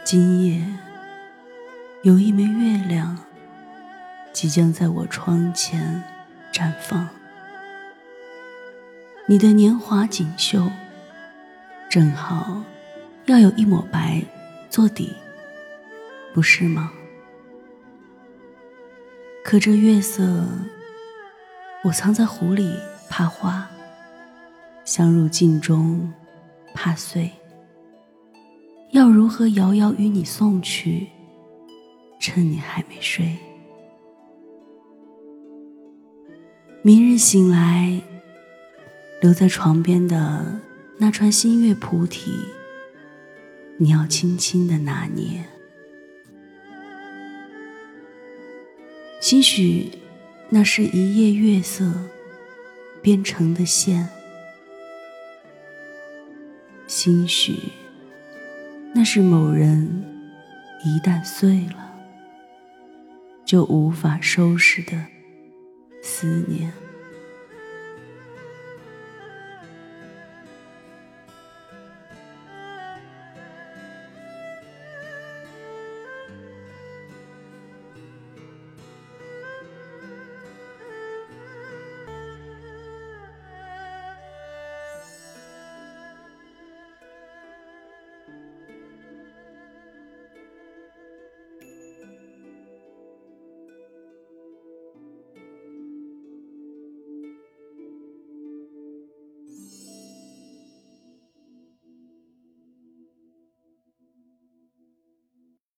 今夜有一枚月亮即将在我窗前绽放，你的年华锦绣正好要有一抹白做底，不是吗？可这月色我藏在壶里怕花，镶入镜中怕碎，要如何遥遥与你送去，趁你还没睡。明日醒来，留在床边的那串新月菩提，你要轻轻地拿捏。兴许那是一夜月色编成的线，兴许那是某人一旦碎了就无法收拾的思念。